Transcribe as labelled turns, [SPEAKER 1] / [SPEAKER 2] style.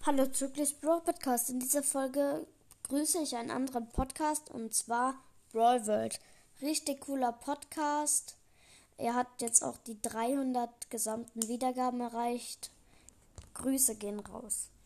[SPEAKER 1] Hallo Zuglis Brawl Podcast. In dieser Folge grüße ich einen anderen Podcast und zwar Brawl World. Richtig cooler Podcast. Er hat jetzt auch die 300 gesamten Wiedergaben erreicht. Grüße gehen raus.